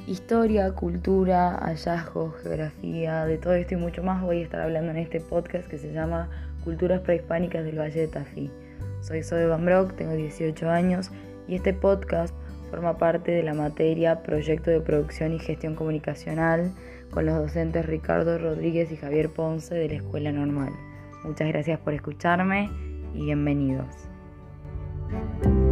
historia, cultura, hallazgos, geografía, de todo esto y mucho más voy a estar hablando en este podcast que se llama Culturas Prehispánicas del Valle de Tafí. Soy Zoe Van Broek, tengo 18 años y este podcast forma parte de la materia Proyecto de Producción y Gestión Comunicacional con los docentes Ricardo Rodríguez y Javier Ponce de la Escuela Normal. Muchas gracias por escucharme y bienvenidos.